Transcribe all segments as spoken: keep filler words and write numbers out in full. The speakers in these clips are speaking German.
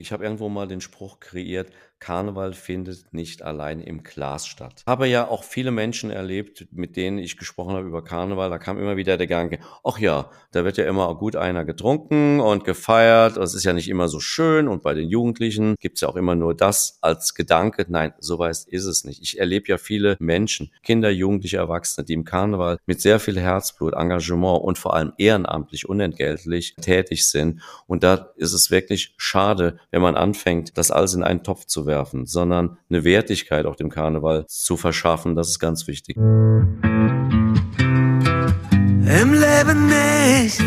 Ich habe irgendwo mal den Spruch kreiert: „Karneval findet nicht allein im Glas statt.“ Habe ja auch viele Menschen erlebt, mit denen ich gesprochen habe über Karneval. Da kam immer wieder der Gedanke: „Ach ja, da wird ja immer gut einer getrunken und gefeiert. Das ist ja nicht immer so schön.“ Und bei den Jugendlichen gibt's ja auch immer nur das als Gedanke. Nein, so weit ist es nicht. Ich erlebe ja viele Menschen, Kinder, Jugendliche, Erwachsene, die im Karneval mit sehr viel Herzblut, Engagement und vor allem ehrenamtlich, unentgeltlich tätig sind. Und da ist es wirklich schade, wenn man anfängt, das alles in einen Topf zu werfen, sondern eine Wertigkeit auch dem Karneval zu verschaffen. Das ist ganz wichtig. Im Leben nicht.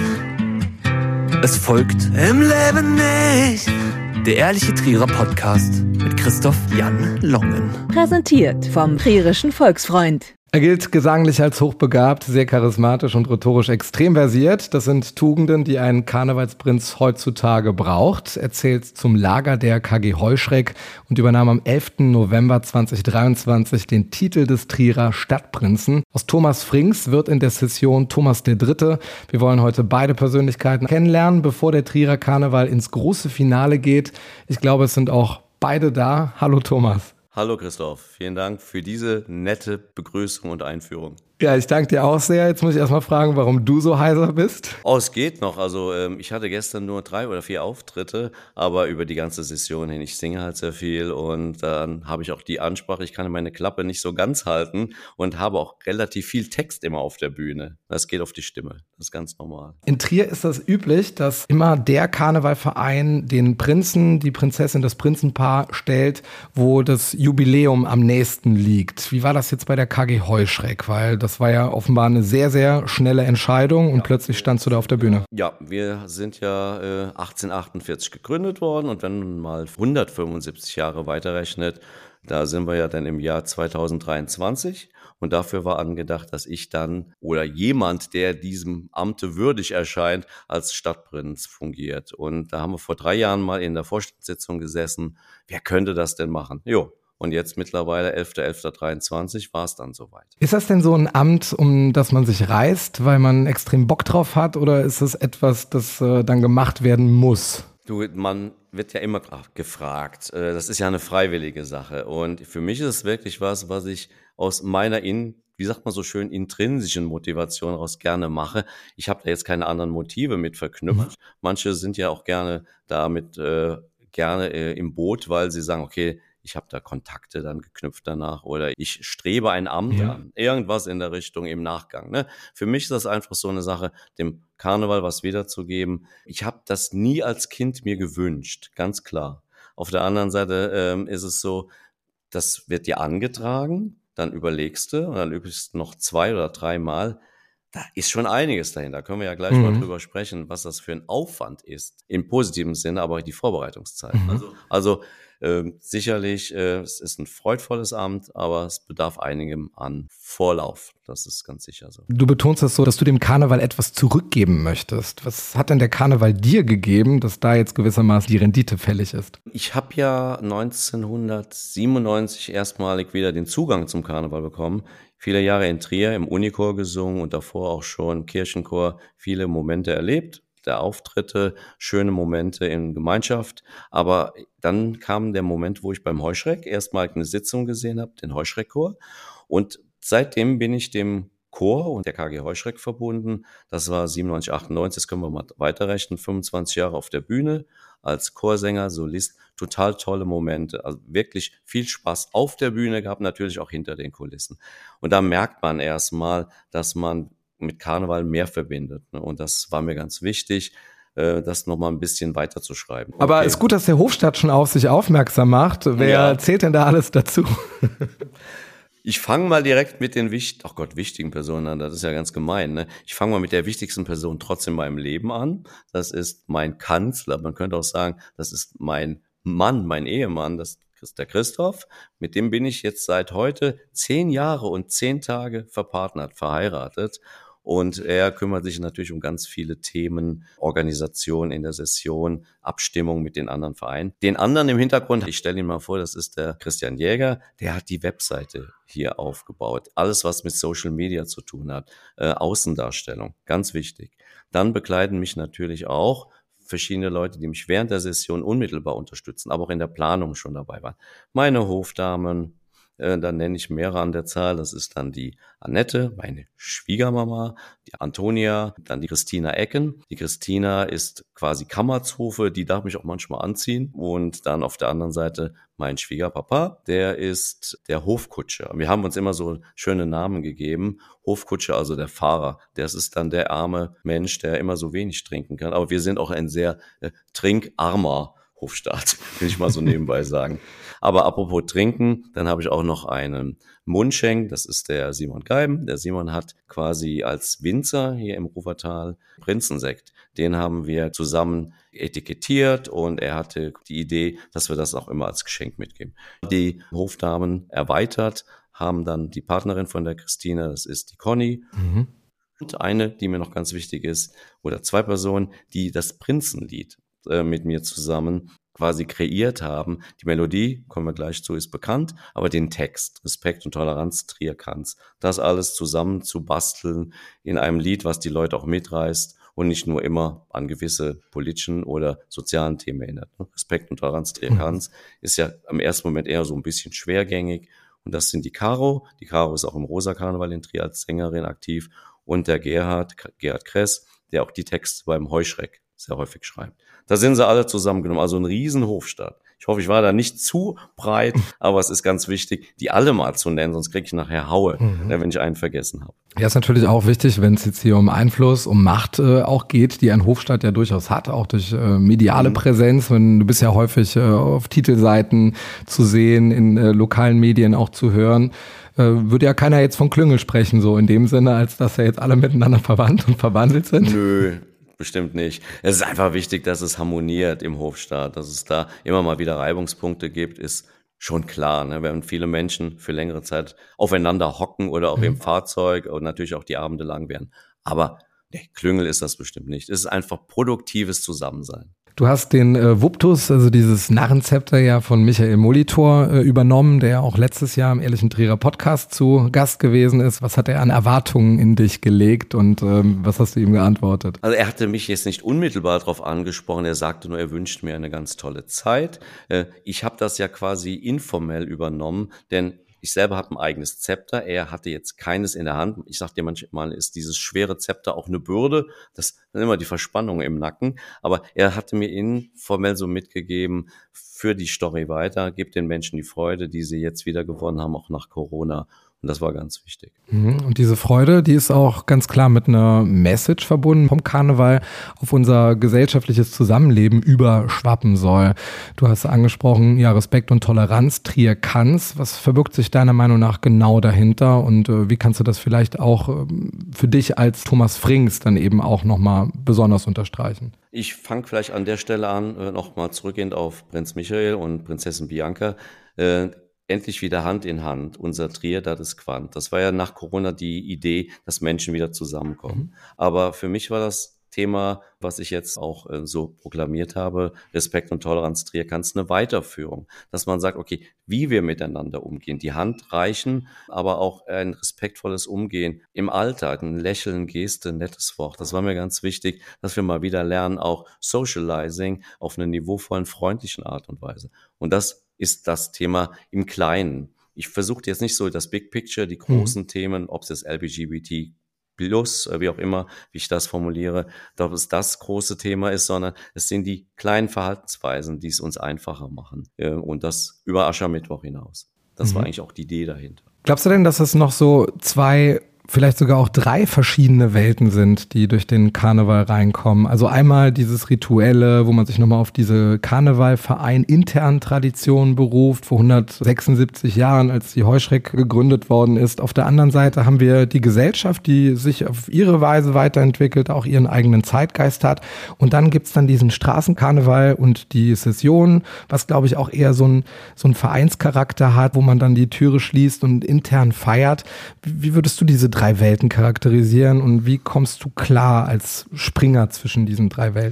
Es folgt Im Leben nicht. Der ehrliche Trierer Podcast mit Christoph Jan Longen. Präsentiert vom Trierischen Volksfreund. Er gilt gesanglich als hochbegabt, sehr charismatisch und rhetorisch extrem versiert. Das sind Tugenden, die ein Karnevalsprinz heutzutage braucht. Er zählt zum Lager der K G Heuschreck und übernahm am elften November zweitausenddreiundzwanzig den Titel des Trierer Stadtprinzen. Aus Thomas Frings wird in der Session Thomas der Dritte. Wir wollen heute beide Persönlichkeiten kennenlernen, bevor der Trierer Karneval ins große Finale geht. Ich glaube, es sind auch beide da. Hallo Thomas. Hallo Christoph, vielen Dank für diese nette Begrüßung und Einführung. Ja, ich danke dir auch sehr. Jetzt muss ich erstmal fragen, warum du so heiser bist. Oh, es geht noch. Also ähm, ich hatte gestern nur drei oder vier Auftritte, aber über die ganze Session hin. Ich singe halt sehr viel und dann habe ich auch die Ansprache. Ich kann meine Klappe nicht so ganz halten und habe auch relativ viel Text immer auf der Bühne. Das geht auf die Stimme. Das ist ganz normal. In Trier ist das üblich, dass immer der Karnevalverein den Prinzen, die Prinzessin, das Prinzenpaar stellt, wo das Jubiläum am nächsten liegt. Wie war das jetzt bei der K G Heuschreck? Weil das war ja offenbar eine sehr, sehr schnelle Entscheidung und ja, plötzlich standst du da auf der Bühne. Ja, wir sind ja äh, achtzehnhundertachtundvierzig gegründet worden und wenn man mal hundertfünfundsiebzig Jahre weiterrechnet, da sind wir ja dann im Jahr zweitausenddreiundzwanzig und dafür war angedacht, dass ich dann oder jemand, der diesem Amte würdig erscheint, als Stadtprinz fungiert. Und da haben wir vor drei Jahren mal in der Vorstandssitzung gesessen, wer könnte das denn machen? Jo. Und jetzt mittlerweile elfter elfter dreiundzwanzig war es dann soweit. Ist das denn so ein Amt, um das man sich reißt, weil man extrem Bock drauf hat? Oder ist es etwas, das äh, dann gemacht werden muss? Du, man wird ja immer gefragt. Das ist ja eine freiwillige Sache. Und für mich ist es wirklich was, was ich aus meiner, in, wie sagt man so schön, intrinsischen Motivation raus gerne mache. Ich habe da jetzt keine anderen Motive mit verknüpft. Mhm. Manche sind ja auch gerne damit äh, gerne äh, im Boot, weil sie sagen, okay, ich habe da Kontakte dann geknüpft danach oder ich strebe ein Amt ja. an. Irgendwas in der Richtung im Nachgang. Ne? Für mich ist das einfach so eine Sache, dem Karneval was wiederzugeben. Ich habe das nie als Kind mir gewünscht, ganz klar. Auf der anderen Seite ähm, ist es so, das wird dir angetragen, dann überlegst du und dann übst du noch zwei oder dreimal. Da ist schon einiges dahinter. Da können wir ja gleich mhm. mal drüber sprechen, was das für ein Aufwand ist. Im positiven Sinne, aber auch die Vorbereitungszeit. Mhm. Also, also äh, sicherlich, äh, es ist ein freudvolles Amt, aber es bedarf einigem an Vorlauf. Das ist ganz sicher so. Du betonst das so, dass du dem Karneval etwas zurückgeben möchtest. Was hat denn der Karneval dir gegeben, dass da jetzt gewissermaßen die Rendite fällig ist? Ich habe ja neunzehnhundertsiebenundneunzig erstmalig wieder den Zugang zum Karneval bekommen. Viele Jahre in Trier im Unichor gesungen und davor auch schon im Kirchenchor viele Momente erlebt, der Auftritte, schöne Momente in Gemeinschaft. Aber dann kam der Moment, wo ich beim Heuschreck erstmal eine Sitzung gesehen habe, den Heuschreckchor. Und seitdem bin ich dem Chor und der K G Heuschreck verbunden. Das war siebenundneunzig, achtundneunzig, das können wir mal weiterrechnen, fünfundzwanzig Jahre auf der Bühne als Chorsänger, Solist, total tolle Momente, also wirklich viel Spaß auf der Bühne gehabt, natürlich auch hinter den Kulissen. Und da merkt man erstmal, dass man mit Karneval mehr verbindet, ne? Und das war mir ganz wichtig, das nochmal ein bisschen weiter zu schreiben. Aber okay. Ist gut, dass der Hofstaat schon auf sich aufmerksam macht. Wer ja. zählt denn da alles dazu? Ich fange mal direkt mit den wichtigen, ach Gott, wichtigen Personen an, das ist ja ganz gemein, ne? Ich fange mal mit der wichtigsten Person trotzdem in meinem Leben an. Das ist mein Kanzler. Man könnte auch sagen, das ist mein Mann, mein Ehemann, das ist der Christoph. Mit dem bin ich jetzt seit heute zehn Jahre und zehn Tage verpartnert, verheiratet. Und er kümmert sich natürlich um ganz viele Themen, Organisation in der Session, Abstimmung mit den anderen Vereinen. Den anderen im Hintergrund, ich stelle ihn mal vor, das ist der Christian Jäger, der hat die Webseite hier aufgebaut. Alles, was mit Social Media zu tun hat, äh, Außendarstellung, ganz wichtig. Dann begleiten mich natürlich auch verschiedene Leute, die mich während der Session unmittelbar unterstützen, aber auch in der Planung schon dabei waren. Meine Hofdamen, äh, dann nenne ich mehrere an der Zahl, das ist dann die Annette, meine Schwiegermama, die Antonia, dann die Christina Ecken. Die Christina ist quasi Kammerzofe, die darf mich auch manchmal anziehen. Und dann auf der anderen Seite mein Schwiegerpapa, der ist der Hofkutscher. Wir haben uns immer so schöne Namen gegeben. Hofkutscher, also der Fahrer. Das ist dann der arme Mensch, der immer so wenig trinken kann. Aber wir sind auch ein sehr äh, trinkarmer Hofstaat, will ich mal so nebenbei sagen. Aber apropos Trinken, dann habe ich auch noch einen Mundschenk, das ist der Simon Geiben. Der Simon hat quasi als Winzer hier im Rufertal Prinzensekt. Den haben wir zusammen etikettiert und er hatte die Idee, dass wir das auch immer als Geschenk mitgeben. Die Hofdamen erweitert, haben dann die Partnerin von der Christina, das ist die Conny. Mhm. Und eine, die mir noch ganz wichtig ist, oder zwei Personen, die das Prinzenlied äh, mit mir zusammen quasi kreiert haben. Die Melodie, kommen wir gleich zu, ist bekannt, aber den Text, Respekt und Toleranz, Trierkanz, das alles zusammen zu basteln in einem Lied, was die Leute auch mitreißt und nicht nur immer an gewisse politischen oder sozialen Themen erinnert. Respekt und Toleranz, Trierkanz mhm. ist ja im ersten Moment eher so ein bisschen schwergängig und das sind die Caro. Die Caro ist auch im Rosa Karneval in Trier als Sängerin aktiv und der Gerhard, Gerhard Kress, der auch die Texte beim Heuschreck sehr häufig schreibt. Da sind sie alle zusammengenommen, also ein riesen Hofstaat. Ich hoffe, ich war da nicht zu breit, aber es ist ganz wichtig, die alle mal zu nennen, sonst kriege ich nachher Haue, mhm. wenn ich einen vergessen habe. Ja, ist natürlich auch wichtig, wenn es jetzt hier um Einfluss, um Macht äh, auch geht, die ein Hofstaat ja durchaus hat, auch durch äh, mediale mhm. Präsenz. Wenn, du bist ja häufig äh, auf Titelseiten zu sehen, in äh, lokalen Medien auch zu hören. Äh, würde ja keiner jetzt von Klüngel sprechen, so in dem Sinne, als dass ja jetzt alle miteinander verwandt und verwandelt sind. Nö. Bestimmt nicht. Es ist einfach wichtig, dass es harmoniert im Hofstaat, dass es da immer mal wieder Reibungspunkte gibt, ist schon klar. Ne? Wenn viele Menschen für längere Zeit aufeinander hocken oder auch mhm. im Fahrzeug und natürlich auch die Abende lang werden. Aber ne, Klüngel ist das bestimmt nicht. Es ist einfach produktives Zusammensein. Du hast den äh, Wuptus, also dieses Narrenzepter ja von Michael Molitor äh, übernommen, der ja auch letztes Jahr im Ehrlichen Trierer Podcast zu Gast gewesen ist. Was hat er an Erwartungen in dich gelegt und ähm, was hast du ihm geantwortet? Also er hatte mich jetzt nicht unmittelbar darauf angesprochen, er sagte nur, er wünscht mir eine ganz tolle Zeit. Äh, ich habe das ja quasi informell übernommen, denn ich selber habe ein eigenes Zepter, er hatte jetzt keines in der Hand. Ich sag dir manchmal, ist dieses schwere Zepter auch eine Bürde. Das sind immer die Verspannungen im Nacken. Aber er hatte mir informell so mitgegeben, für die Story weiter, gibt den Menschen die Freude, die sie jetzt wieder gewonnen haben, auch nach Corona. Und das war ganz wichtig. Und diese Freude, die ist auch ganz klar mit einer Message verbunden vom Karneval auf unser gesellschaftliches Zusammenleben überschwappen soll. Du hast angesprochen, ja, Respekt und Toleranz, Trierkanz. Was verbirgt sich deiner Meinung nach genau dahinter und äh, wie kannst du das vielleicht auch äh, für dich als Thomas Frings dann eben auch nochmal besonders unterstreichen? Ich fange vielleicht an der Stelle an, äh, nochmal zurückgehend auf Prinz Michael und Prinzessin Bianca. Äh, Endlich wieder Hand in Hand, unser Trier, das ist Quant. Das war ja nach Corona die Idee, dass Menschen wieder zusammenkommen. Mhm. Aber für mich war das Thema, was ich jetzt auch äh, so proklamiert habe, Respekt und Toleranz, Trierkanz, eine Weiterführung. Dass man sagt, okay, wie wir miteinander umgehen, die Hand reichen, aber auch ein respektvolles Umgehen im Alltag, ein Lächeln, Geste, ein nettes Wort. Das war mir ganz wichtig, dass wir mal wieder lernen, auch Socializing auf einer niveauvollen, freundlichen Art und Weise. Und das ist das Thema im Kleinen. Ich versuche jetzt nicht so das Big Picture, die großen mhm. Themen, ob es das L G B T plus, wie auch immer, wie ich das formuliere, ob es das große Thema ist, sondern es sind die kleinen Verhaltensweisen, die es uns einfacher machen. Und das über Aschermittwoch hinaus. Das mhm. war eigentlich auch die Idee dahinter. Glaubst du denn, dass es noch so zwei, vielleicht sogar auch drei verschiedene Welten sind, die durch den Karneval reinkommen? Also einmal dieses Rituelle, wo man sich nochmal auf diese Karnevalverein internen Traditionen beruft, vor hundertsechsundsiebzig Jahren, als die Heuschreck gegründet worden ist. Auf der anderen Seite haben wir die Gesellschaft, die sich auf ihre Weise weiterentwickelt, auch ihren eigenen Zeitgeist hat. Und dann gibt's dann diesen Straßenkarneval und die Session, was glaube ich auch eher so ein, so ein Vereinscharakter hat, wo man dann die Türe schließt und intern feiert. Wie würdest du diese drei Welten charakterisieren und wie kommst du klar als Springer zwischen diesen drei Welten?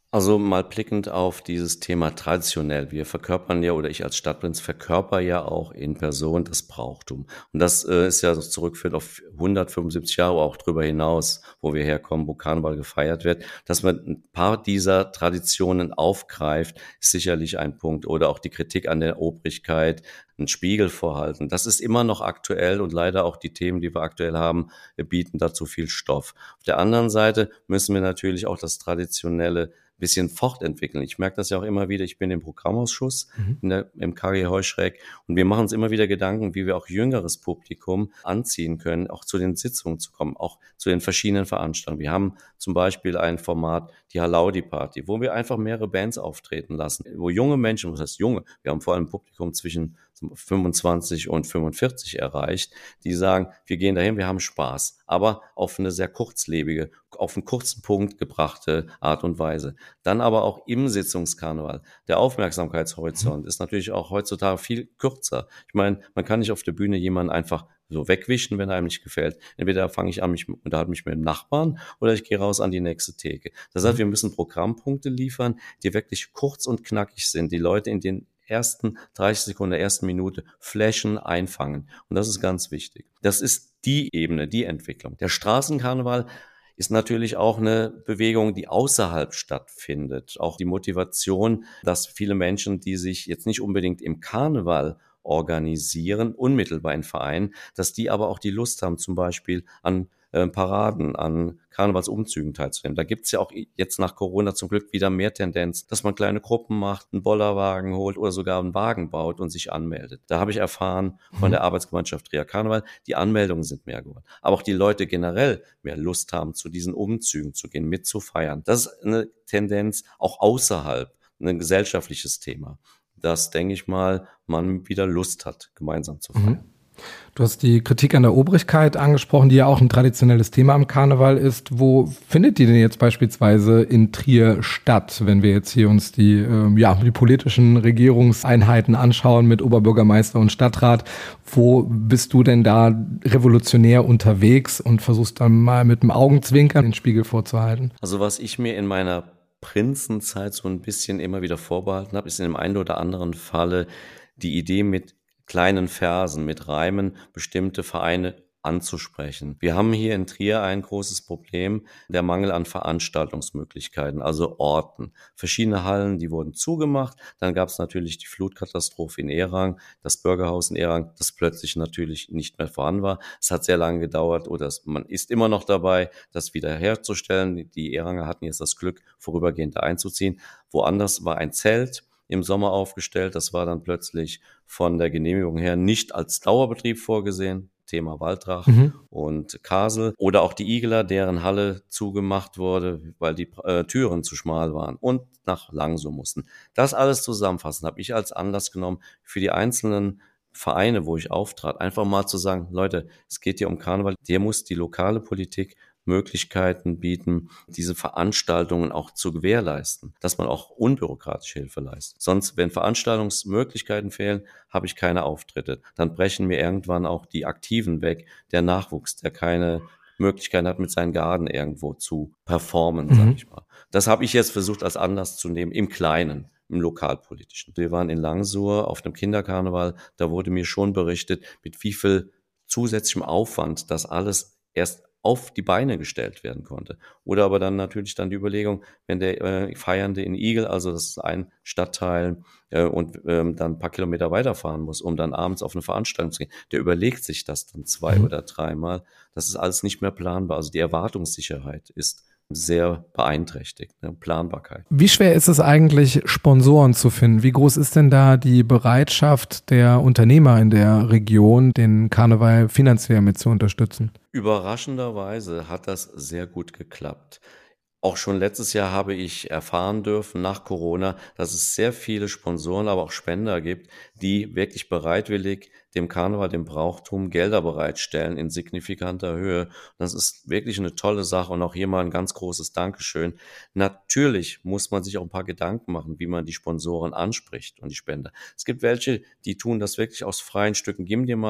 Also mal blickend auf dieses Thema traditionell. Wir verkörpern ja, oder ich als Stadtprinz verkörper ja auch in Person das Brauchtum. Und das äh, ist ja so zurückführend auf hundertfünfundsiebzig Jahre, auch darüber hinaus, wo wir herkommen, wo Karneval gefeiert wird. Dass man ein paar dieser Traditionen aufgreift, ist sicherlich ein Punkt. Oder auch die Kritik an der Obrigkeit, einen Spiegel vorhalten. Das ist immer noch aktuell und leider auch die Themen, die wir aktuell haben, bieten dazu viel Stoff. Auf der anderen Seite müssen wir natürlich auch das traditionelle bisschen fortentwickeln. Ich merke das ja auch immer wieder, ich bin im Programmausschuss Mhm. in der, im K G Heuschreck und wir machen uns immer wieder Gedanken, wie wir auch jüngeres Publikum anziehen können, auch zu den Sitzungen zu kommen, auch zu den verschiedenen Veranstaltungen. Wir haben zum Beispiel ein Format, die Halaudi-Party, wo wir einfach mehrere Bands auftreten lassen, wo junge Menschen, was heißt junge, wir haben vor allem ein Publikum zwischen fünfundzwanzig und fünfundvierzig erreicht, die sagen, wir gehen dahin, wir haben Spaß, aber auf eine sehr kurzlebige, auf einen kurzen Punkt gebrachte Art und Weise. Dann aber auch im Sitzungskarneval. Der Aufmerksamkeitshorizont ist natürlich auch heutzutage viel kürzer. Ich meine, man kann nicht auf der Bühne jemanden einfach so wegwischen, wenn er einem nicht gefällt. Entweder fange ich an, mich unterhalte mich mit dem Nachbarn oder ich gehe raus an die nächste Theke. Das heißt, wir müssen Programmpunkte liefern, die wirklich kurz und knackig sind, die Leute in den ersten dreißig Sekunden der ersten Minute flashen, einfangen. Und das ist ganz wichtig. Das ist die Ebene, die Entwicklung. Der Straßenkarneval ist natürlich auch eine Bewegung, die außerhalb stattfindet. Auch die Motivation, dass viele Menschen, die sich jetzt nicht unbedingt im Karneval organisieren, unmittelbar in Vereinen, dass die aber auch die Lust haben, zum Beispiel an äh, Paraden, an Karnevalsumzügen teilzunehmen. Da gibt's ja auch jetzt nach Corona zum Glück wieder mehr Tendenz, dass man kleine Gruppen macht, einen Bollerwagen holt oder sogar einen Wagen baut und sich anmeldet. Da habe ich erfahren von der Arbeitsgemeinschaft Trier Karneval, die Anmeldungen sind mehr geworden. Aber auch die Leute generell mehr Lust haben, zu diesen Umzügen zu gehen, mitzufeiern. Das ist eine Tendenz auch außerhalb, ein gesellschaftliches Thema, dass, denke ich mal, man wieder Lust hat, gemeinsam zu feiern. Mhm. Du hast die Kritik an der Obrigkeit angesprochen, die ja auch ein traditionelles Thema am Karneval ist. Wo findet die denn jetzt beispielsweise in Trier statt, wenn wir jetzt hier uns die, äh, ja, die politischen Regierungseinheiten anschauen mit Oberbürgermeister und Stadtrat? Wo bist du denn da revolutionär unterwegs und versuchst dann mal mit dem Augenzwinkern den Spiegel vorzuhalten? Also was ich mir in meiner Prinzenzeit so ein bisschen immer wieder vorbehalten habe, ist in dem einen oder anderen Falle die Idee, mit kleinen Versen, mit Reimen bestimmte Vereine anzusprechen. Wir haben hier in Trier ein großes Problem, der Mangel an Veranstaltungsmöglichkeiten, also Orten. Verschiedene Hallen, die wurden zugemacht. Dann gab es natürlich die Flutkatastrophe in Erang, das Bürgerhaus in Erang, das plötzlich natürlich nicht mehr vorhanden war. Es hat sehr lange gedauert oder es, man ist immer noch dabei, das wiederherzustellen. Die Eranger hatten jetzt das Glück, vorübergehend da einzuziehen. Woanders war ein Zelt im Sommer aufgestellt. Das war dann plötzlich von der Genehmigung her nicht als Dauerbetrieb vorgesehen. Thema Waldrach mhm. und Kasel. Oder auch die Igeler, deren Halle zugemacht wurde, weil die äh, Türen zu schmal waren und nach Langsow mussten. Das alles zusammenfassen habe ich als Anlass genommen, für die einzelnen Vereine, wo ich auftrat, einfach mal zu sagen, Leute, es geht hier um Karneval. Hier muss die lokale Politik Möglichkeiten bieten, diese Veranstaltungen auch zu gewährleisten, dass man auch unbürokratisch Hilfe leistet. Sonst, wenn Veranstaltungsmöglichkeiten fehlen, habe ich keine Auftritte. Dann brechen mir irgendwann auch die Aktiven weg, der Nachwuchs, der keine Möglichkeiten hat, mit seinen Garden irgendwo zu performen, mhm. sage ich mal. Das habe ich jetzt versucht als Anlass zu nehmen, im Kleinen, im Lokalpolitischen. Wir waren in Langsow auf einem Kinderkarneval, da wurde mir schon berichtet, mit wie viel zusätzlichem Aufwand das alles erst auf die Beine gestellt werden konnte. Oder aber dann natürlich dann die Überlegung, wenn der äh, Feiernde in Igel, also das ist ein Stadtteil, äh, und ähm, dann ein paar Kilometer weiterfahren muss, um dann abends auf eine Veranstaltung zu gehen, der überlegt sich das dann zwei mhm. oder dreimal. Das ist alles nicht mehr planbar. Also die Erwartungssicherheit ist sehr beeinträchtigt, ne? Planbarkeit. Wie schwer ist es eigentlich, Sponsoren zu finden? Wie groß ist denn da die Bereitschaft der Unternehmer in der Region, den Karneval finanziell mit zu unterstützen? Überraschenderweise hat das sehr gut geklappt. Auch schon letztes Jahr habe ich erfahren dürfen, nach Corona, dass es sehr viele Sponsoren, aber auch Spender gibt, die wirklich bereitwillig dem Karneval, dem Brauchtum Gelder bereitstellen in signifikanter Höhe. Das ist wirklich eine tolle Sache und auch hier mal ein ganz großes Dankeschön. Natürlich muss man sich auch ein paar Gedanken machen, wie man die Sponsoren anspricht und die Spender. Es gibt welche, die tun das wirklich aus freien Stücken. Gib dir mal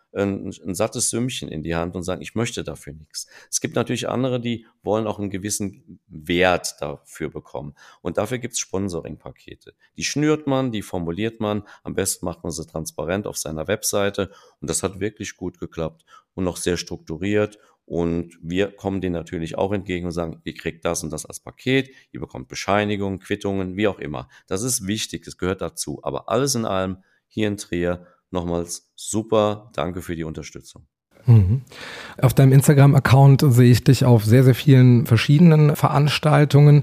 ein, ein sattes Sümmchen in die Hand und sagen, ich möchte dafür nichts. Es gibt natürlich andere, die wollen auch einen gewissen Wert dafür bekommen. Und dafür gibt's Sponsoring-Pakete. Die schnürt man, die formuliert man. Am besten macht man sie transparent auf seiner Webseite. Und das hat wirklich gut geklappt und noch sehr strukturiert. Und wir kommen denen natürlich auch entgegen und sagen, ihr kriegt das und das als Paket, ihr bekommt Bescheinigungen, Quittungen, wie auch immer. Das ist wichtig, das gehört dazu. Aber alles in allem hier in Trier nochmals super, danke für die Unterstützung. Mhm. Auf deinem Instagram-Account sehe ich dich auf sehr, sehr vielen verschiedenen Veranstaltungen.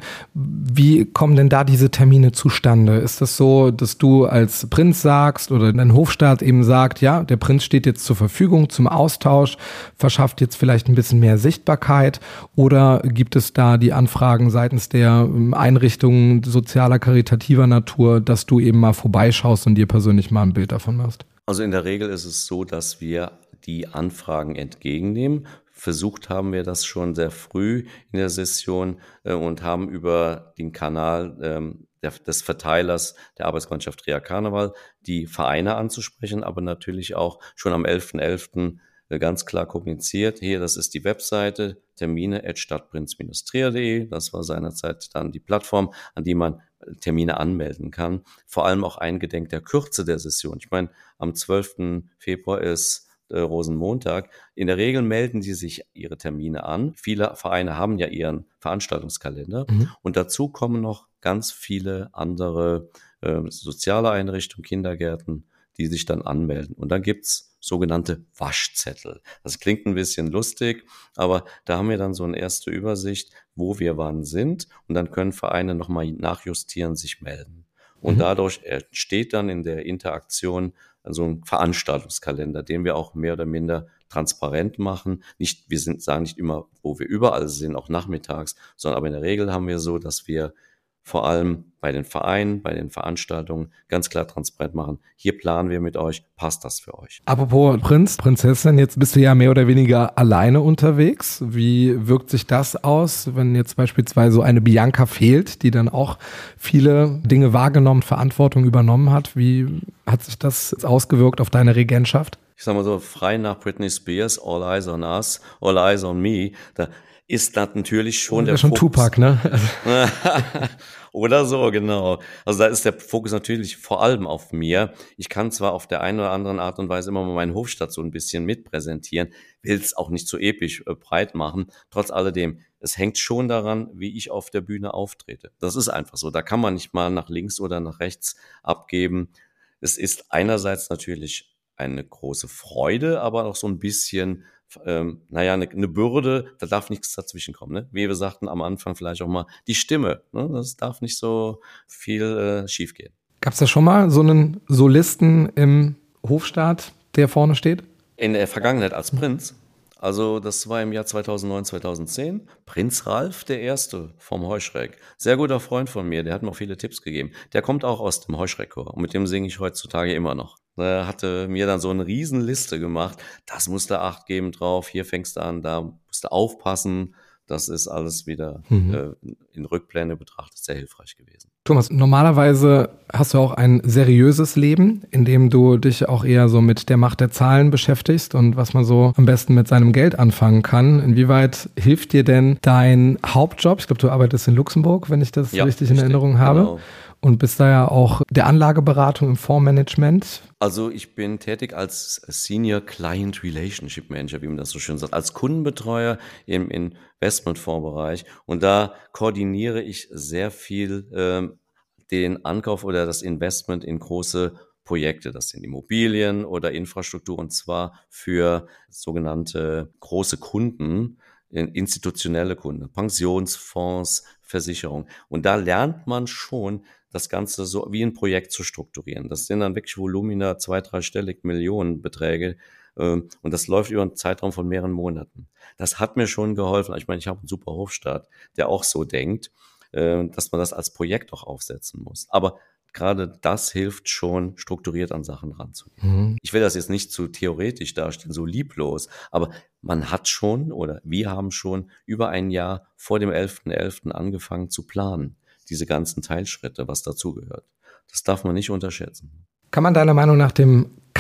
Wie kommen denn da diese Termine zustande? Ist das so, dass du als Prinz sagst oder dein Hofstaat eben sagt, ja, der Prinz steht jetzt zur Verfügung zum Austausch, verschafft jetzt vielleicht ein bisschen mehr Sichtbarkeit, oder gibt es da die Anfragen seitens der Einrichtungen sozialer, karitativer Natur, dass du eben mal vorbeischaust und dir persönlich mal ein Bild davon machst? Also in der Regel ist es so, dass wir die Anfragen entgegennehmen. Versucht haben wir das schon sehr früh in der Session äh, und haben über den Kanal ähm, der, des Verteilers der Arbeitsgemeinschaft Trier Karneval die Vereine anzusprechen, aber natürlich auch schon am elften elften äh, ganz klar kommuniziert. Hier, das ist die Webseite termine at stadtprinz Bindestrich trier punkt de. Das war seinerzeit dann die Plattform, an die man Termine anmelden kann. Vor allem auch eingedenk der Kürze der Session. Ich meine, am zwölften Februar ist äh, Rosenmontag. In der Regel melden die sich ihre Termine an. Viele Vereine haben ja ihren Veranstaltungskalender. Mhm. Und dazu kommen noch ganz viele andere äh, soziale Einrichtungen, Kindergärten, die sich dann anmelden. Und dann gibt's sogenannte Waschzettel. Das klingt ein bisschen lustig, aber da haben wir dann so eine erste Übersicht, wo wir wann sind, und dann können Vereine nochmal nachjustieren, sich melden. Und mhm. dadurch entsteht dann in der Interaktion so ein Veranstaltungskalender, den wir auch mehr oder minder transparent machen. Nicht, wir sind, sagen nicht immer, wo wir überall sind, auch nachmittags, sondern aber in der Regel haben wir so, dass wir vor allem bei den Vereinen, bei den Veranstaltungen ganz klar transparent machen. Hier planen wir mit euch, passt das für euch? Apropos Prinz, Prinzessin, jetzt bist du ja mehr oder weniger alleine unterwegs. Wie wirkt sich das aus, wenn jetzt beispielsweise so eine Bianca fehlt, die dann auch viele Dinge wahrgenommen, Verantwortung übernommen hat? Wie hat sich das ausgewirkt auf deine Regentschaft? Ich sag mal so, frei nach Britney Spears, All Eyes on Us, All Eyes on Me, da ist das natürlich schon der der schon Fokus. Tupac, ne? Oder so, genau. Also da ist der Fokus natürlich vor allem auf mir. Ich kann zwar auf der einen oder anderen Art und Weise immer mal meinen Hofstaat so ein bisschen mitpräsentieren, will es auch nicht so episch äh, breit machen. Trotz alledem, es hängt schon daran, wie ich auf der Bühne auftrete. Das ist einfach so. Da kann man nicht mal nach links oder nach rechts abgeben. Es ist einerseits natürlich eine große Freude, aber auch so ein bisschen Ähm, naja, eine, eine Bürde, da darf nichts dazwischen kommen. Ne? Wie wir sagten am Anfang vielleicht auch mal, die Stimme, ne? Das darf nicht so viel äh, schief gehen. Gab es da schon mal so einen Solisten im Hofstaat, der vorne steht? In der Vergangenheit als Prinz. Also das war im Jahr zweitausendneun, zweitausendzehn. Prinz Ralf, der Erste vom Heuschreck. Sehr guter Freund von mir, der hat mir auch viele Tipps gegeben. Der kommt auch aus dem Heuschreckchor und mit dem singe ich heutzutage immer noch. Er hatte mir dann so eine Riesenliste gemacht. Das musst du Acht geben drauf, hier fängst du an, da musst du aufpassen. Das ist alles wieder mhm. äh, in Rückblende betrachtet sehr hilfreich gewesen. Thomas, normalerweise hast du auch ein seriöses Leben, in dem du dich auch eher so mit der Macht der Zahlen beschäftigst und was man so am besten mit seinem Geld anfangen kann. Inwieweit hilft dir denn dein Hauptjob? Ich glaube, du arbeitest in Luxemburg, wenn ich das ja, richtig in Erinnerung habe. Genau. Und bist da ja auch der Anlageberatung im Fondsmanagement. Also ich bin tätig als Senior Client Relationship Manager, wie man das so schön sagt, als Kundenbetreuer im Investmentfondsbereich. Und da koordiniere ich sehr viel ähm, den Ankauf oder das Investment in große Projekte. Das sind Immobilien oder Infrastruktur, und zwar für sogenannte große Kunden, institutionelle Kunden, Pensionsfonds, Versicherungen. Und da lernt man schon, das Ganze so wie ein Projekt zu strukturieren. Das sind dann wirklich Volumina, zwei-, dreistellig Millionenbeträge. Und das läuft über einen Zeitraum von mehreren Monaten. Das hat mir schon geholfen. Ich meine, ich habe einen super Hofstaat, der auch so denkt, dass man das als Projekt auch aufsetzen muss. Aber gerade das hilft schon, strukturiert an Sachen ranzugehen. Mhm. Ich will das jetzt nicht zu theoretisch darstellen, so lieblos, aber man hat schon oder wir haben schon über ein Jahr vor dem elften elften angefangen zu planen. Diese ganzen Teilschritte, was dazugehört. Das darf man nicht unterschätzen. Kann man deiner Meinung nach dem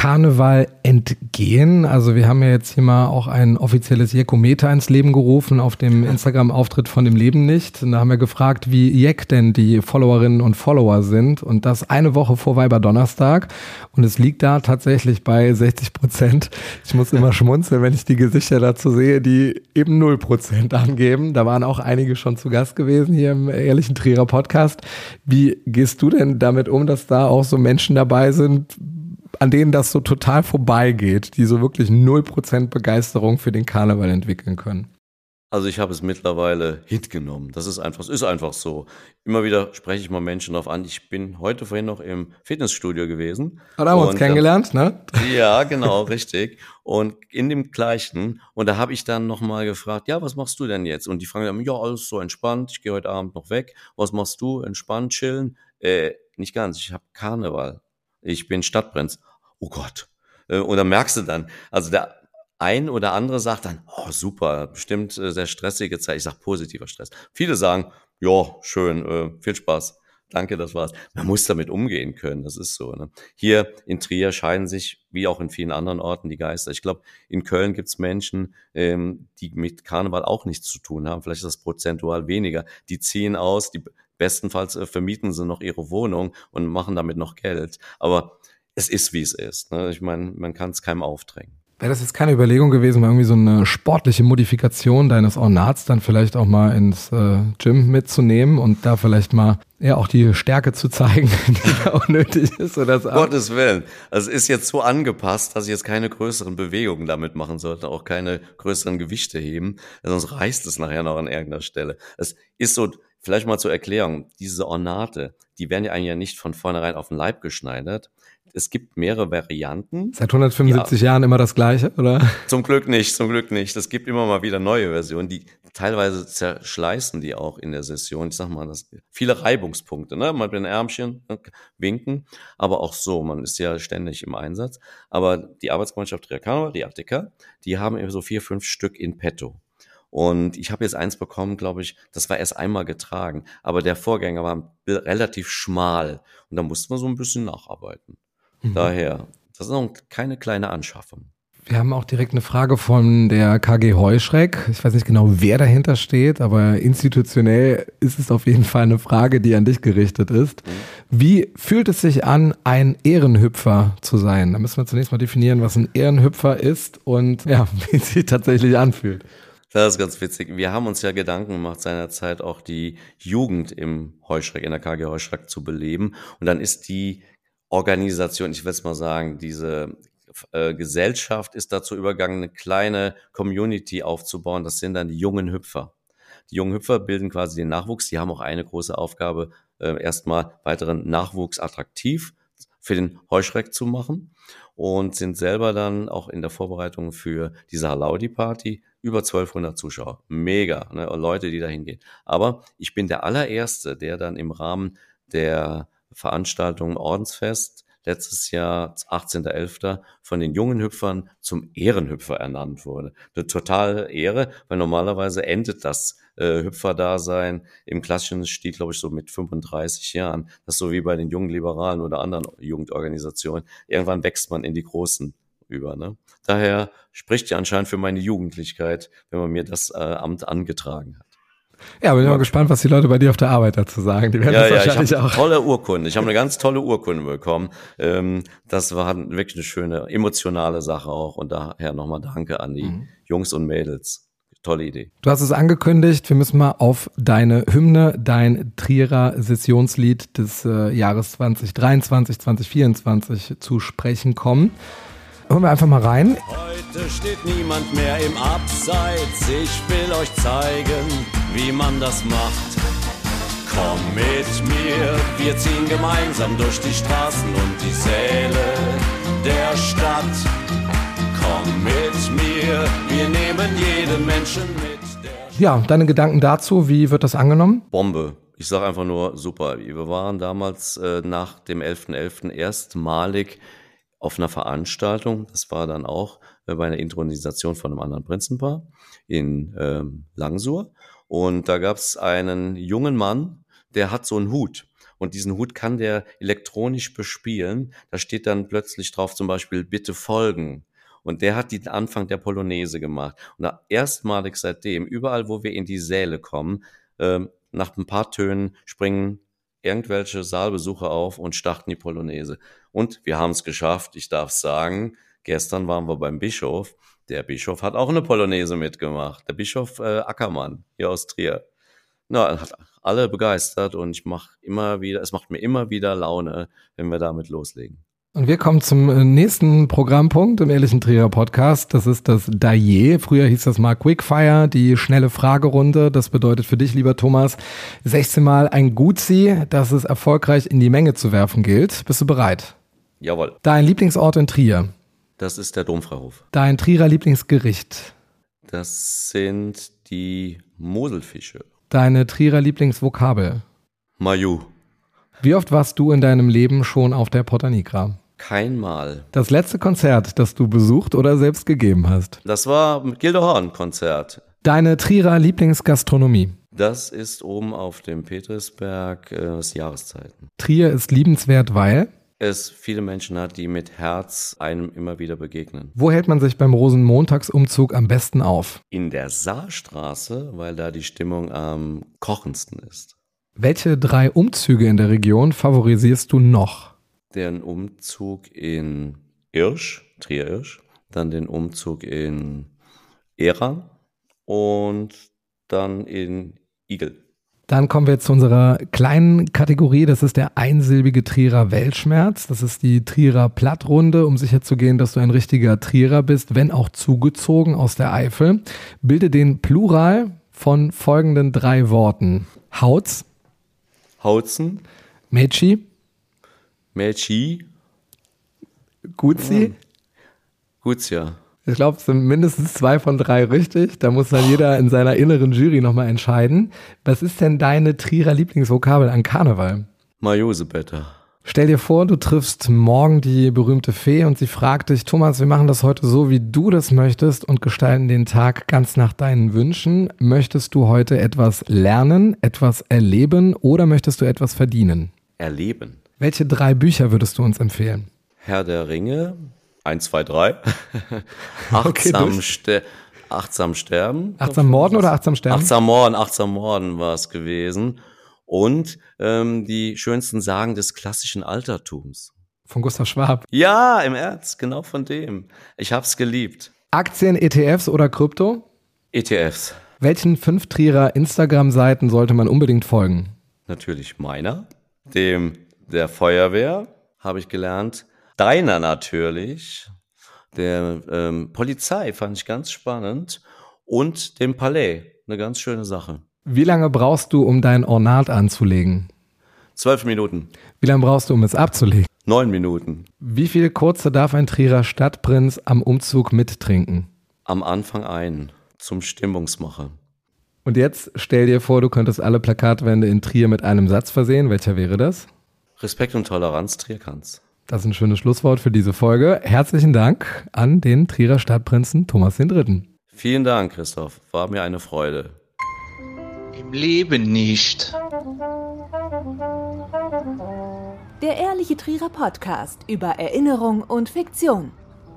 Karneval entgehen? Also wir haben ja jetzt hier mal auch ein offizielles Jekometer ins Leben gerufen auf dem Instagram-Auftritt von dem Leben nicht. Und da haben wir gefragt, wie Jek denn die Followerinnen und Follower sind. Und das eine Woche vor Weiberdonnerstag. Und es liegt da tatsächlich bei sechzig Prozent. Ich muss immer schmunzeln, wenn ich die Gesichter dazu sehe, die eben null Prozent angeben. Da waren auch einige schon zu Gast gewesen hier im Ehrlichen Trierer Podcast. Wie gehst du denn damit um, dass da auch so Menschen dabei sind, an denen das so total vorbeigeht, die so wirklich null Prozent Begeisterung für den Karneval entwickeln können? Also ich habe es mittlerweile hingenommen. Das ist einfach, es ist einfach so. Immer wieder spreche ich mal Menschen darauf an. Ich bin heute vorhin noch im Fitnessstudio gewesen. Da haben wir uns kennengelernt, ne? Ja, genau, richtig. Und in dem gleichen. Und da habe ich dann nochmal gefragt, ja, was machst du denn jetzt? Und die fragen dann, ja, alles so entspannt. Ich gehe heute Abend noch weg. Was machst du? Entspannt, chillen? Äh, nicht ganz. Ich habe Karneval. Ich bin Stadtprinz. Oh Gott. Äh, und dann merkst du dann, also der ein oder andere sagt dann, oh super, bestimmt äh, sehr stressige Zeit. Ich sage positiver Stress. Viele sagen, ja, schön, äh, viel Spaß. Danke, das war's. Man muss damit umgehen können, das ist so. Ne? Hier in Trier scheiden sich, wie auch in vielen anderen Orten, die Geister. Ich glaube, in Köln gibt's Menschen, ähm, die mit Karneval auch nichts zu tun haben. Vielleicht ist das prozentual weniger. Die ziehen aus, die bestenfalls äh, vermieten sie noch ihre Wohnung und machen damit noch Geld. Aber es ist, wie es ist. Ne? Ich meine, man kann es keinem aufdrängen. Wäre das jetzt keine Überlegung gewesen, mal irgendwie so eine sportliche Modifikation deines Ornats dann vielleicht auch mal ins äh, Gym mitzunehmen und da vielleicht mal ja auch die Stärke zu zeigen, die da auch nötig ist? Oder das Gottes Willen. Also es ist jetzt so angepasst, dass ich jetzt keine größeren Bewegungen damit machen sollte, auch keine größeren Gewichte heben, sonst reißt es nachher noch an irgendeiner Stelle. Es ist so, vielleicht mal zur Erklärung, diese Ornate, die werden ja eigentlich ja nicht von vornherein auf den Leib geschneidert. Es gibt mehrere Varianten. Seit hundertfünfundsiebzig ja. Jahren immer das Gleiche, oder? Zum Glück nicht, zum Glück nicht. Es gibt immer mal wieder neue Versionen, die teilweise zerschleißen die auch in der Session. Ich sag mal, das viele Reibungspunkte, ne? Mal mit den Ärmchen winken, aber auch so, man ist ja ständig im Einsatz. Aber die Arbeitsgemeinschaft Trier Karneval, die A T K, die haben eben so vier, fünf Stück in petto. Und ich habe jetzt eins bekommen, glaube ich, das war erst einmal getragen, aber der Vorgänger war relativ schmal und da musste man so ein bisschen nacharbeiten. Mhm. Daher, das ist noch keine kleine Anschaffung. Wir haben auch direkt eine Frage von der K G Heuschreck. Ich weiß nicht genau, wer dahinter steht, aber institutionell ist es auf jeden Fall eine Frage, die an dich gerichtet ist. Mhm. Wie fühlt es sich an, ein Ehrenhüpfer zu sein? Da müssen wir zunächst mal definieren, was ein Ehrenhüpfer ist und ja, wie es sich tatsächlich anfühlt. Das ist ganz witzig. Wir haben uns ja Gedanken gemacht, seinerzeit auch die Jugend im Heuschreck, in der K G Heuschreck zu beleben. Und dann ist die Organisation, ich will es mal sagen, diese äh, Gesellschaft ist dazu übergegangen, eine kleine Community aufzubauen. Das sind dann die jungen Hüpfer. Die jungen Hüpfer bilden quasi den Nachwuchs. Die haben auch eine große Aufgabe, äh, erstmal weiteren Nachwuchs attraktiv für den Heuschreck zu machen und sind selber dann auch in der Vorbereitung für diese Halaudi-Party über zwölfhundert Zuschauer. Mega, ne? Leute, die da hingehen. Aber ich bin der allererste, der dann im Rahmen der Veranstaltung Ordensfest letztes Jahr, achtzehnter elfter von den jungen Hüpfern zum Ehrenhüpfer ernannt wurde. Eine totale Ehre, weil normalerweise endet das äh, Hüpferdasein im klassischen Stil, glaube ich, so mit fünfunddreißig Jahren. Das ist so wie bei den jungen Liberalen oder anderen Jugendorganisationen. Irgendwann wächst man in die Großen über. Ne? Daher spricht ja anscheinend für meine Jugendlichkeit, wenn man mir das äh, Amt angetragen hat. Ja, bin ich mal gespannt, was die Leute bei dir auf der Arbeit dazu sagen. Die werden ja, das ja, wahrscheinlich ich habe auch. Eine tolle Urkunde. Ich habe eine ganz tolle Urkunde bekommen. Ähm, das war wirklich eine schöne, emotionale Sache auch. Und daher nochmal Danke an die mhm. Jungs und Mädels. Tolle Idee. Du hast es angekündigt, wir müssen mal auf deine Hymne, dein Trierer Sessionslied des äh, Jahres zwanzig dreiundzwanzig, zwanzig vierundzwanzig zu sprechen kommen. Hören wir einfach mal rein. Heute steht niemand mehr im Abseits. Ich will euch zeigen, wie man das macht. Komm mit mir, wir ziehen gemeinsam durch die Straßen und die Säle der Stadt. Komm mit mir, wir nehmen jeden Menschen mit. Ja, deine Gedanken dazu, wie wird das angenommen? Bombe. Ich sage einfach nur super. Wir waren damals äh, nach dem elfter elfter erstmalig auf einer Veranstaltung, das war dann auch äh, bei einer Intronisation von einem anderen Prinzenpaar in ähm, Langsur. Und da gab es einen jungen Mann, der hat so einen Hut. Und diesen Hut kann der elektronisch bespielen. Da steht dann plötzlich drauf zum Beispiel, bitte folgen. Und der hat den Anfang der Polonaise gemacht. Und da erstmalig seitdem, überall, wo wir in die Säle kommen, ähm, nach ein paar Tönen springen irgendwelche Saalbesucher auf und starten die Polonaise. Und wir haben es geschafft, ich darf sagen, gestern waren wir beim Bischof. Der Bischof hat auch eine Polonaise mitgemacht. Der Bischof äh, Ackermann hier aus Trier. Na, hat alle begeistert und ich mache immer wieder, es macht mir immer wieder Laune, wenn wir damit loslegen. Und wir kommen zum nächsten Programmpunkt im Ehrlichen Trierer Podcast. Das ist das Daillet. Früher hieß das mal Quickfire, die schnelle Fragerunde. Das bedeutet für dich, lieber Thomas, sechzehn Mal ein Gutzi, das es erfolgreich in die Menge zu werfen gilt. Bist du bereit? Jawohl. Dein Lieblingsort in Trier? Das ist der Domfreihof. Dein Trierer Lieblingsgericht? Das sind die Moselfische. Deine Trierer Lieblingsvokabel? Maju. Wie oft warst du in deinem Leben schon auf der Porta Nigra? Kein Mal. Das letzte Konzert, das du besucht oder selbst gegeben hast? Das war ein Gildehorn-Konzert. Deine Trierer Lieblingsgastronomie? Das ist oben auf dem Petrisberg, äh, das Jahreszeiten. Trier ist liebenswert, weil es viele Menschen hat, die mit Herz einem immer wieder begegnen. Wo hält man sich beim Rosenmontagsumzug am besten auf? In der Saarstraße, weil da die Stimmung am kochendsten ist. Welche drei Umzüge in der Region favorisierst du noch? Den Umzug in Irsch, Trier-Irsch, dann den Umzug in Eran und dann in Igel. Dann kommen wir zu unserer kleinen Kategorie, das ist der einsilbige Trierer Weltschmerz. Das ist die Trierer Plattrunde, um sicherzugehen, dass du ein richtiger Trierer bist, wenn auch zugezogen aus der Eifel. Bilde den Plural von folgenden drei Worten. Hautz, Hautzen, Mätschi, Mätschi, Gutzi. Gutsia. Ich glaube, es sind mindestens zwei von drei richtig. Da muss dann jeder in seiner inneren Jury nochmal entscheiden. Was ist denn deine Trierer Lieblingsvokabel an Karneval? Majosebetter. Stell dir vor, du triffst morgen die berühmte Fee und sie fragt dich, Thomas, wir machen das heute so, wie du das möchtest und gestalten den Tag ganz nach deinen Wünschen. Möchtest du heute etwas lernen, etwas erleben oder möchtest du etwas verdienen? Erleben. Welche drei Bücher würdest du uns empfehlen? Herr der Ringe, eins, zwei, drei. achtsam, okay, ster- achtsam sterben. Achtsam morden oder achtsam sterben? Achtsam morden, achtsam morden war es gewesen. Und ähm, die schönsten Sagen des klassischen Altertums. Von Gustav Schwab. Ja, im Ernst, genau von dem. Ich hab's geliebt. Aktien, E T Fs oder Krypto? E T Fs. Welchen fünf Trierer Instagram-Seiten sollte man unbedingt folgen? Natürlich meiner, dem der Feuerwehr, habe ich gelernt. Deiner natürlich, der ähm, Polizei fand ich ganz spannend und dem Palais, eine ganz schöne Sache. Wie lange brauchst du, um dein Ornat anzulegen? Zwölf Minuten. Wie lange brauchst du, um es abzulegen? Neun Minuten. Wie viele kurze darf ein Trierer Stadtprinz am Umzug mittrinken? Am Anfang ein, zum Stimmungsmacher. Und jetzt stell dir vor, du könntest alle Plakatwände in Trier mit einem Satz versehen. Welcher wäre das? Respekt und Toleranz, Trier kann's. Das ist ein schönes Schlusswort für diese Folge. Herzlichen Dank an den Trierer Stadtprinzen Thomas den Dritten. Vielen Dank, Christoph. War mir eine Freude. Im Leben nicht. Der Ehrliche Trierer Podcast über Erinnerung und Fiktion.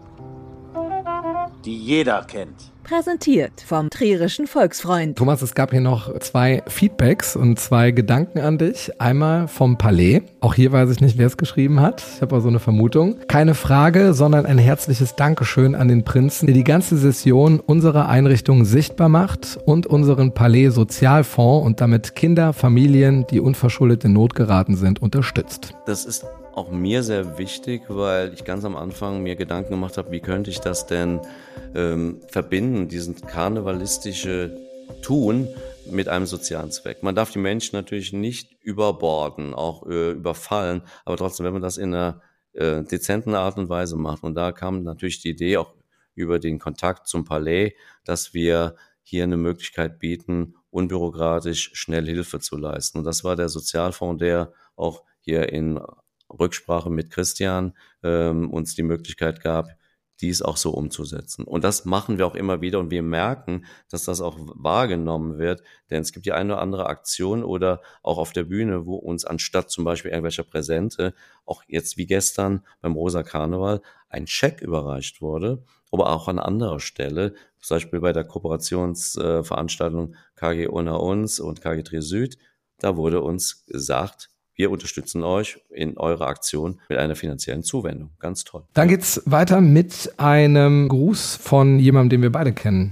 Die jeder kennt. Präsentiert vom Trierischen Volksfreund. Thomas, es gab hier noch zwei Feedbacks und zwei Gedanken an dich. Einmal vom Palais. Auch hier weiß ich nicht, wer es geschrieben hat. Ich habe auch so eine Vermutung. Keine Frage, sondern ein herzliches Dankeschön an den Prinzen, der die ganze Session unserer Einrichtung sichtbar macht und unseren Palais Sozialfonds und damit Kinder, Familien, die unverschuldet in Not geraten sind, unterstützt. Das ist auch mir sehr wichtig, weil ich ganz am Anfang mir Gedanken gemacht habe, wie könnte ich das denn ähm, verbinden, diesen karnevalistische Tun mit einem sozialen Zweck. Man darf die Menschen natürlich nicht überborden, auch äh, überfallen, aber trotzdem, wenn man das in einer äh, dezenten Art und Weise macht. Und da kam natürlich die Idee auch über den Kontakt zum Palais, dass wir hier eine Möglichkeit bieten, unbürokratisch schnell Hilfe zu leisten. Und das war der Sozialfonds, der auch hier in Rücksprache mit Christian ähm, uns die Möglichkeit gab, dies auch so umzusetzen. Und das machen wir auch immer wieder und wir merken, dass das auch wahrgenommen wird, denn es gibt die eine oder andere Aktion oder auch auf der Bühne, wo uns anstatt zum Beispiel irgendwelcher Präsente, auch jetzt wie gestern beim Rosa Karneval, ein Scheck überreicht wurde, aber auch an anderer Stelle, zum Beispiel bei der Kooperationsveranstaltung K G Unter uns und K G Trier Süd, da wurde uns gesagt, wir unterstützen euch in eurer Aktion mit einer finanziellen Zuwendung. Ganz toll. Dann geht's weiter mit einem Gruß von jemandem, den wir beide kennen.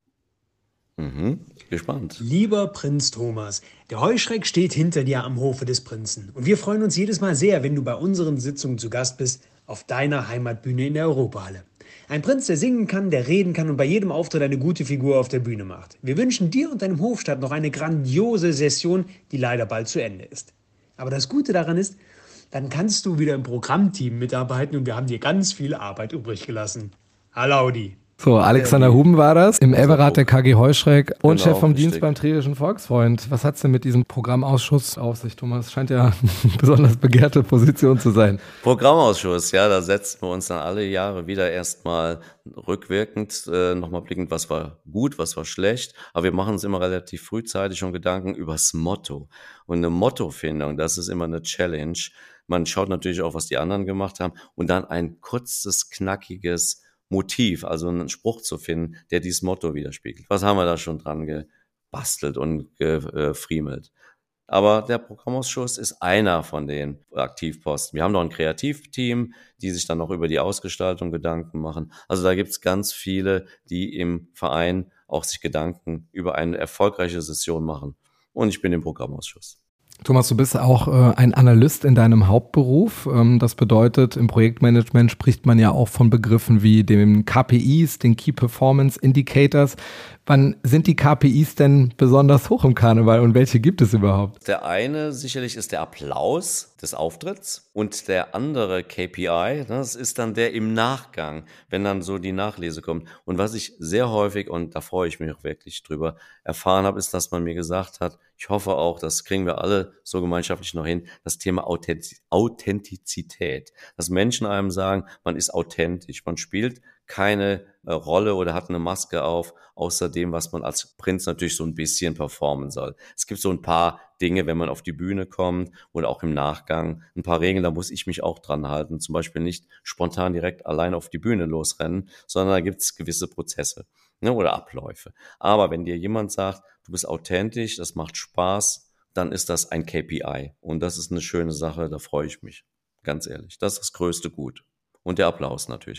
Mhm, gespannt. Lieber Prinz Thomas, der Heuschreck steht hinter dir am Hofe des Prinzen. Und wir freuen uns jedes Mal sehr, wenn du bei unseren Sitzungen zu Gast bist, auf deiner Heimatbühne in der Europahalle. Ein Prinz, der singen kann, der reden kann und bei jedem Auftritt eine gute Figur auf der Bühne macht. Wir wünschen dir und deinem Hofstaat noch eine grandiose Session, die leider bald zu Ende ist. Aber das Gute daran ist, dann kannst du wieder im Programmteam mitarbeiten und wir haben dir ganz viel Arbeit übrig gelassen. Alaudi. So, Alexander Huben war das, im Everrat der K G Heuschreck und Genau, Chef vom richtig. Dienst beim Trierischen Volksfreund. Was hat's denn mit diesem Programmausschuss auf sich, Thomas? Scheint ja eine besonders begehrte Position zu sein. Programmausschuss, ja, da setzen wir uns dann alle Jahre wieder erstmal rückwirkend äh, nochmal blickend, was war gut, was war schlecht. Aber wir machen uns immer relativ frühzeitig schon Gedanken übers Motto. Und eine Mottofindung, das ist immer eine Challenge. Man schaut natürlich auch, was die anderen gemacht haben und dann ein kurzes, knackiges Motiv, also einen Spruch zu finden, der dieses Motto widerspiegelt. Was haben wir da schon dran gebastelt und gefriemelt? Aber der Programmausschuss ist einer von den Aktivposten. Wir haben noch ein Kreativteam, die sich dann noch über die Ausgestaltung Gedanken machen. Also da gibt's ganz viele, die im Verein auch sich Gedanken über eine erfolgreiche Session machen. Und ich bin im Programmausschuss. Thomas, du bist auch äh, ein Analyst in deinem Hauptberuf. Ähm, das bedeutet, im Projektmanagement spricht man ja auch von Begriffen wie den K P Is, den Key Performance Indicators. Wann sind die K P Is denn besonders hoch im Karneval und welche gibt es überhaupt? Der eine sicherlich ist der Applaus des Auftritts und der andere K P I, das ist dann der im Nachgang, wenn dann so die Nachlese kommt. Und was ich sehr häufig, und da freue ich mich auch wirklich drüber, erfahren habe, ist, dass man mir gesagt hat, ich hoffe auch, das kriegen wir alle so gemeinschaftlich noch hin, das Thema Authentizität. Dass Menschen einem sagen, man ist authentisch, man spielt keine äh, Rolle oder hat eine Maske auf, außer dem, was man als Prinz natürlich so ein bisschen performen soll. Es gibt so ein paar Dinge, wenn man auf die Bühne kommt oder auch im Nachgang, ein paar Regeln, da muss ich mich auch dran halten. Zum Beispiel nicht spontan direkt allein auf die Bühne losrennen, sondern da gibt es gewisse Prozesse, ne, oder Abläufe. Aber wenn dir jemand sagt, du bist authentisch, das macht Spaß, dann ist das ein K P I. Und das ist eine schöne Sache, da freue ich mich, ganz ehrlich. Das ist das größte Gut. Und der Applaus natürlich.